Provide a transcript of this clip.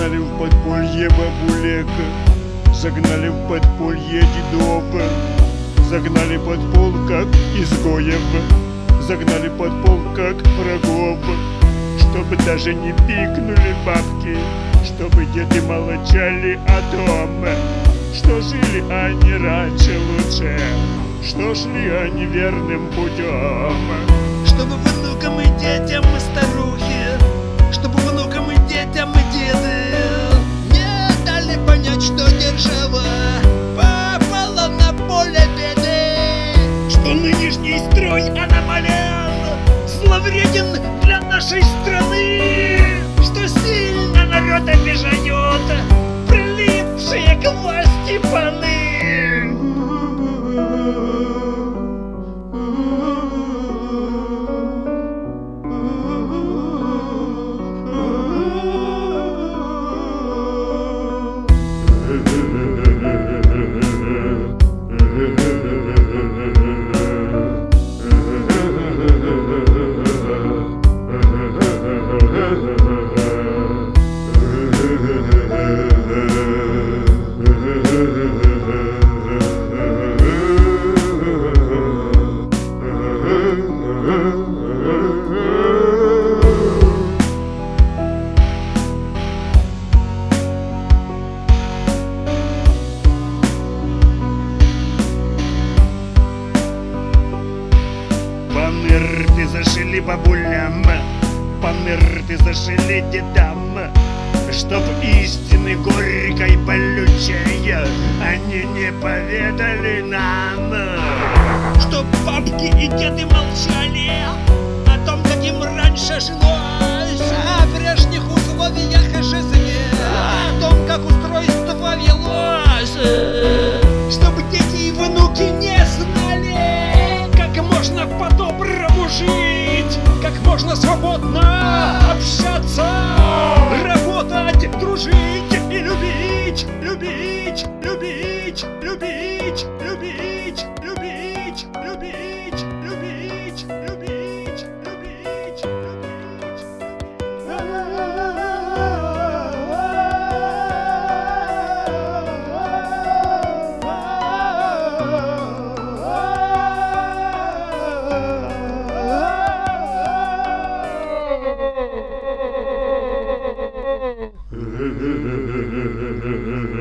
Загнали в подполье бабулек, загнали в подполье дедов, загнали под пол, как изгоев, загнали под пол, как врагов. Чтобы даже не пикнули бабки, чтобы деды молчали о том, что жили они раньше лучше, что шли они верным путем. Чтобы внукам и детям и старухи, чтобы внукам и детям и деды не дали понять, что держава попала на поле беды. Что нынешний строй аномален, зловреден для нашей страны, что сильно народ обижает прилипшие к власти паны. Панырты зашили бабулям, панырты зашили дедам, чтоб истины горькой болючей они не поведали нам. Чтоб бабки и деды молчали о том, как им раньше жилось, о прежних условиях жизни, о том, как устройство велось. Чтобы дети и внуки не знали, как можно по-доброму жить, как можно свободно общаться, работать, дружить и любить, любить, любить, любить, любить, любить, любить, любить, любить, любить, любить.